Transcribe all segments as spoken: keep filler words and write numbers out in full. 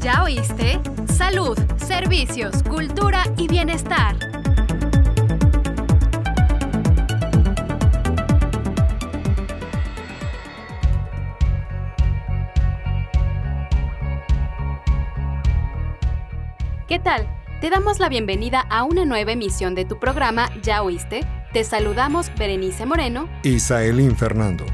¿Ya oíste? Salud, servicios, cultura y bienestar. ¿Qué tal? Te damos la bienvenida a una nueva emisión de tu programa ¿Ya oíste? Te saludamos Berenice Moreno y Saelín Fernando.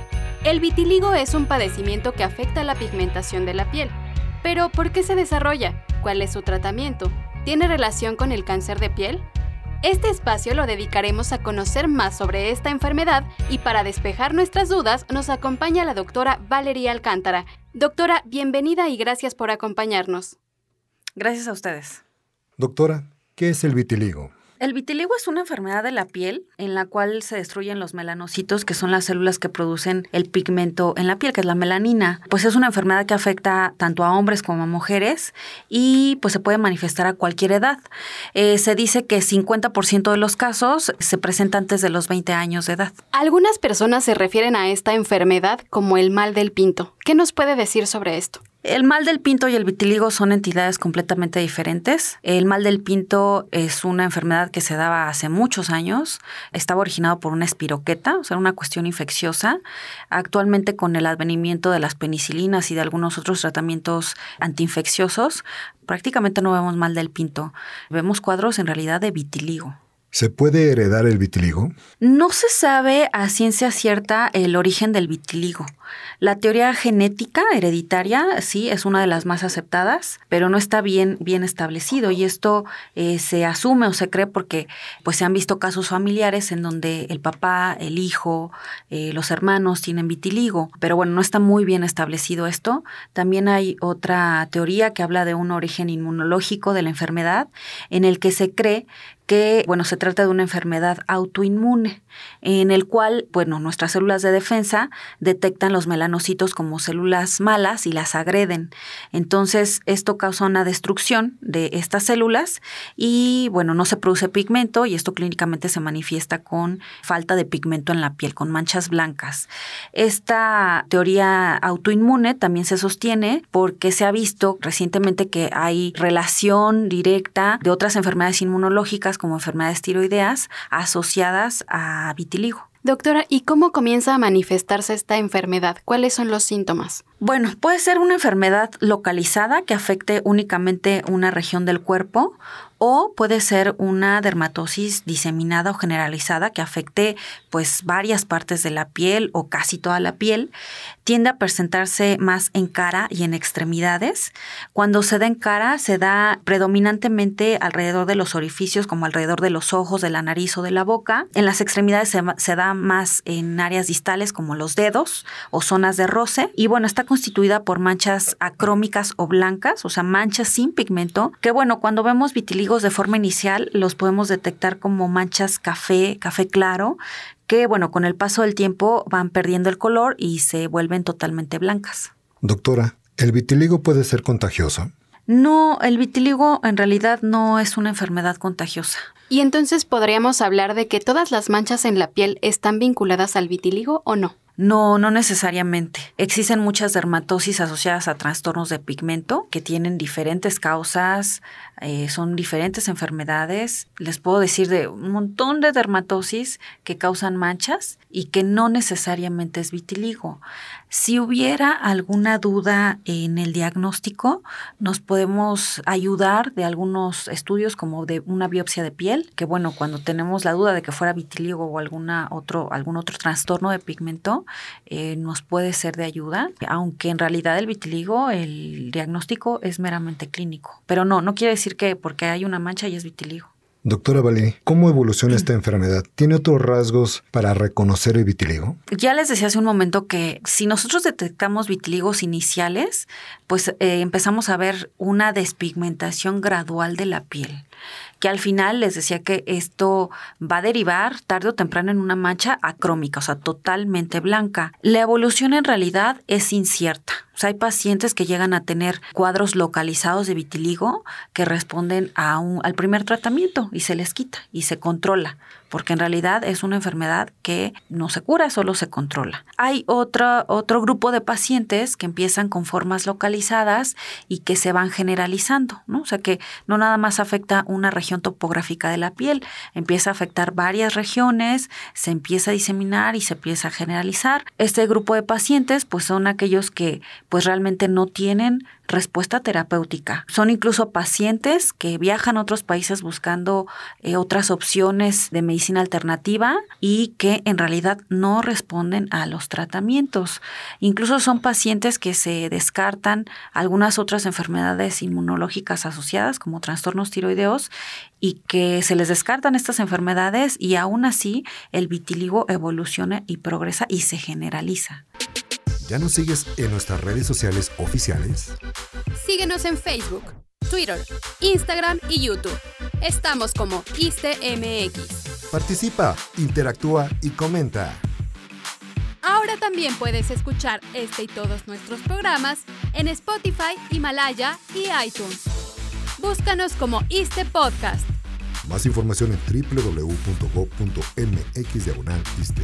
El vitiligo es un padecimiento que afecta la pigmentación de la piel. Pero, ¿por qué se desarrolla? ¿Cuál es su tratamiento? ¿Tiene relación con el cáncer de piel? Este espacio lo dedicaremos a conocer más sobre esta enfermedad y para despejar nuestras dudas nos acompaña la doctora Valeria Alcántara. Doctora, bienvenida y gracias por acompañarnos. Gracias a ustedes. Doctora, ¿qué es el vitiligo? El vitiligo es una enfermedad de la piel en la cual se destruyen los melanocitos, que son las células que producen el pigmento en la piel, que es la melanina. Pues es una enfermedad que afecta tanto a hombres como a mujeres y pues se puede manifestar a cualquier edad. Eh, se dice que cincuenta por ciento de los casos se presenta antes de los veinte años de edad. Algunas personas se refieren a esta enfermedad como el mal del pinto. ¿Qué nos puede decir sobre esto? El mal del pinto y el vitiligo son entidades completamente diferentes. El mal del pinto es una enfermedad que se daba hace muchos años. Estaba originado por una espiroqueta, o sea, una cuestión infecciosa. Actualmente, con el advenimiento de las penicilinas y de algunos otros tratamientos antiinfecciosos, prácticamente no vemos mal del pinto. Vemos cuadros en realidad de vitiligo. ¿Se puede heredar el vitiligo? No se sabe a ciencia cierta el origen del vitiligo. La teoría genética hereditaria sí es una de las más aceptadas, pero no está bien, bien establecido y esto eh, se asume o se cree porque pues, se han visto casos familiares en donde el papá, el hijo, eh, los hermanos tienen vitiligo, pero bueno, no está muy bien establecido esto. También hay otra teoría que habla de un origen inmunológico de la enfermedad en el que se cree que, bueno, se trata de una enfermedad autoinmune, en el cual, bueno, nuestras células de defensa detectan los melanocitos como células malas y las agreden. Entonces, esto causa una destrucción de estas células y, bueno, no se produce pigmento y esto clínicamente se manifiesta con falta de pigmento en la piel, con manchas blancas. Esta teoría autoinmune también se sostiene porque se ha visto recientemente que hay relación directa de otras enfermedades inmunológicas como enfermedades tiroideas asociadas a vitiligo. Doctora, ¿y cómo comienza a manifestarse esta enfermedad? ¿Cuáles son los síntomas? Bueno, puede ser una enfermedad localizada que afecte únicamente una región del cuerpo o puede ser una dermatosis diseminada o generalizada que afecte pues varias partes de la piel o casi toda la piel. Tiende a presentarse más en cara y en extremidades. Cuando se da en cara, se da predominantemente alrededor de los orificios, como alrededor de los ojos, de la nariz o de la boca. En las extremidades se, se da más en áreas distales como los dedos o zonas de roce. Y bueno, está constituida por manchas acrómicas o blancas, o sea, manchas sin pigmento, que bueno, cuando vemos vitiligo de forma inicial los podemos detectar como manchas café, café claro, que bueno, con el paso del tiempo van perdiendo el color y se vuelven totalmente blancas. Doctora, ¿el vitiligo puede ser contagioso? No, el vitiligo en realidad no es una enfermedad contagiosa. ¿Y entonces podríamos hablar de que todas las manchas en la piel están vinculadas al vitiligo o no? No, no necesariamente. Existen muchas dermatosis asociadas a trastornos de pigmento que tienen diferentes causas, eh, son diferentes enfermedades. Les puedo decir de un montón de dermatosis que causan manchas y que no necesariamente es vitiligo. Si hubiera alguna duda en el diagnóstico, nos podemos ayudar de algunos estudios como de una biopsia de piel, que bueno, cuando tenemos la duda de que fuera vitiligo o alguna otro, algún otro trastorno de pigmento, Eh, nos puede ser de ayuda, aunque en realidad el vitiligo, el diagnóstico es meramente clínico. Pero no, no quiere decir que porque hay una mancha ya es vitiligo. Doctora Valeria, ¿cómo evoluciona esta enfermedad? ¿Tiene otros rasgos para reconocer el vitiligo? Ya les decía hace un momento que si nosotros detectamos vitíligos iniciales, pues eh, empezamos a ver una despigmentación gradual de la piel, que al final les decía que esto va a derivar tarde o temprano en una mancha acrómica, o sea, totalmente blanca. La evolución en realidad es incierta. O sea, hay pacientes que llegan a tener cuadros localizados de vitiligo que responden a un, al primer tratamiento y se les quita y se controla, porque en realidad es una enfermedad que no se cura, solo se controla. Hay otro, otro grupo de pacientes que empiezan con formas localizadas y que se van generalizando, ¿no? O sea, que no nada más afecta una región topográfica de la piel, empieza a afectar varias regiones, se empieza a diseminar y se empieza a generalizar. Este grupo de pacientes pues son aquellos que pues realmente no tienen respuesta terapéutica. Son incluso pacientes que viajan a otros países buscando eh, otras opciones de medicina alternativa y que en realidad no responden a los tratamientos. Incluso son pacientes que se descartan algunas otras enfermedades inmunológicas asociadas como trastornos tiroideos y que se les descartan estas enfermedades y aún así el vitiligo evoluciona y progresa y se generaliza. ¿Ya nos sigues en nuestras redes sociales oficiales? Síguenos en Facebook, Twitter, Instagram y YouTube. Estamos como ISTEMX. Participa, interactúa y comenta. Ahora también puedes escuchar este y todos nuestros programas en Spotify, Himalaya y iTunes. Búscanos como ISTE Podcast. Más información en doble u doble u doble u punto gob punto eme equis diagonal ISTE.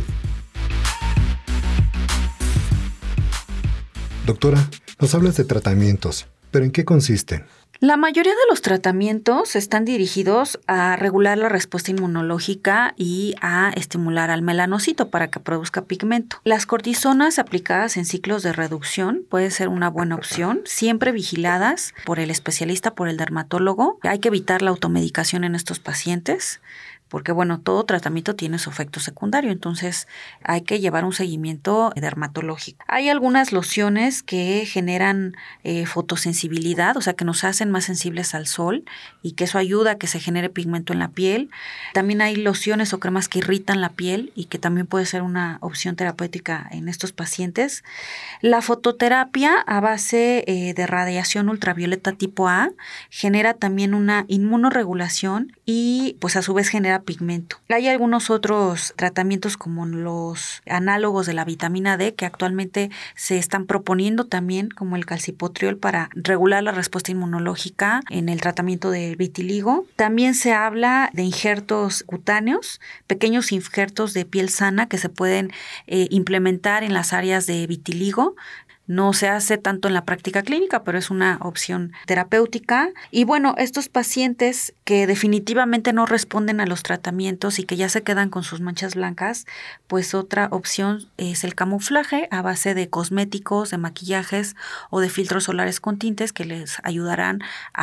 Doctora, nos hablas de tratamientos, pero ¿en qué consisten? La mayoría de los tratamientos están dirigidos a regular la respuesta inmunológica y a estimular al melanocito para que produzca pigmento. Las cortisonas aplicadas en ciclos de reducción puede ser una buena opción, siempre vigiladas por el especialista, por el dermatólogo. Hay que evitar la automedicación en estos pacientes, porque bueno, todo tratamiento tiene su efecto secundario, entonces hay que llevar un seguimiento dermatológico. Hay algunas lociones que generan eh, fotosensibilidad, o sea que nos hacen más sensibles al sol y que eso ayuda a que se genere pigmento en la piel. También hay lociones o cremas que irritan la piel y que también puede ser una opción terapéutica en estos pacientes. La fototerapia a base eh, de radiación ultravioleta tipo A genera también una inmunorregulación y pues a su vez genera pigmento. Hay algunos otros tratamientos como los análogos de la vitamina D que actualmente se están proponiendo también, como el calcipotriol, para regular la respuesta inmunológica en el tratamiento del vitiligo. También se habla de injertos cutáneos, pequeños injertos de piel sana que se pueden eh, implementar en las áreas de vitiligo. No se hace tanto en la práctica clínica, pero es una opción terapéutica. Y bueno, estos pacientes que definitivamente no responden a los tratamientos y que ya se quedan con sus manchas blancas, pues otra opción es el camuflaje a base de cosméticos, de maquillajes o de filtros solares con tintes que les ayudarán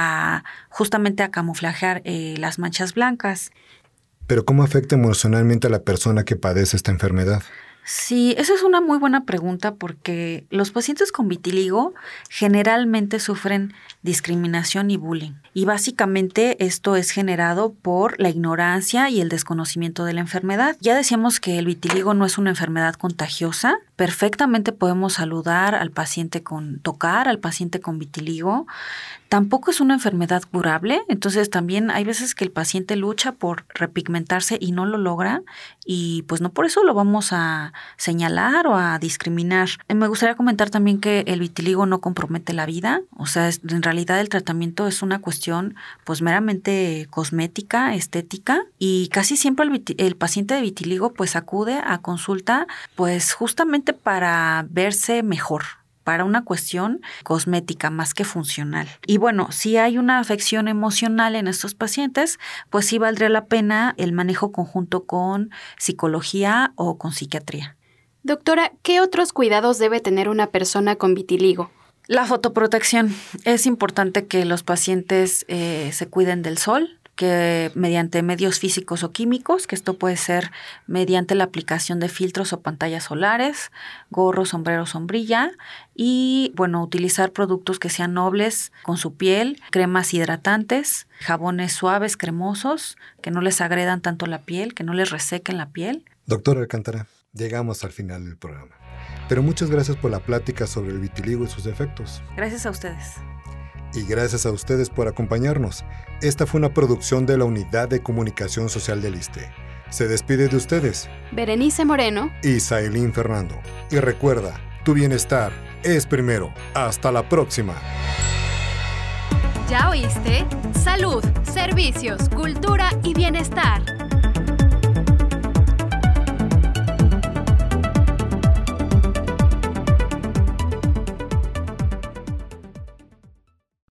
a justamente a camuflajear eh, las manchas blancas. Pero ¿cómo afecta emocionalmente a la persona que padece esta enfermedad? Sí, esa es una muy buena pregunta porque los pacientes con vitiligo generalmente sufren discriminación y bullying. Y básicamente esto es generado por la ignorancia y el desconocimiento de la enfermedad. Ya decíamos que el vitiligo no es una enfermedad contagiosa. Perfectamente podemos saludar al paciente con, tocar al paciente con vitiligo. Tampoco es una enfermedad curable, entonces también hay veces que el paciente lucha por repigmentarse y no lo logra y pues no por eso lo vamos a señalar o a discriminar. Me gustaría comentar también que el vitiligo no compromete la vida, o sea, es, en realidad el tratamiento es una cuestión pues meramente cosmética, estética y casi siempre el, vit- el paciente de vitiligo pues acude a consulta pues justamente para verse mejor, para una cuestión cosmética más que funcional. Y bueno, si hay una afección emocional en estos pacientes, pues sí valdría la pena el manejo conjunto con psicología o con psiquiatría. Doctora, ¿qué otros cuidados debe tener una persona con vitiligo? La fotoprotección. Es importante que los pacientes eh, se cuiden del sol, que mediante medios físicos o químicos, que esto puede ser mediante la aplicación de filtros o pantallas solares, gorro, sombrero, sombrilla y, bueno, utilizar productos que sean nobles con su piel, cremas hidratantes, jabones suaves, cremosos, que no les agredan tanto la piel, que no les resequen la piel. Doctora Alcántara, llegamos al final del programa. Pero muchas gracias por la plática sobre el vitiligo y sus efectos. Gracias a ustedes. Y gracias a ustedes por acompañarnos. Esta fue una producción de la Unidad de Comunicación Social del ISSSTE. Se despide de ustedes Berenice Moreno y Sailín Fernando. Y recuerda, tu bienestar es primero. Hasta la próxima. ¿Ya oíste? Salud, servicios, cultura y bienestar.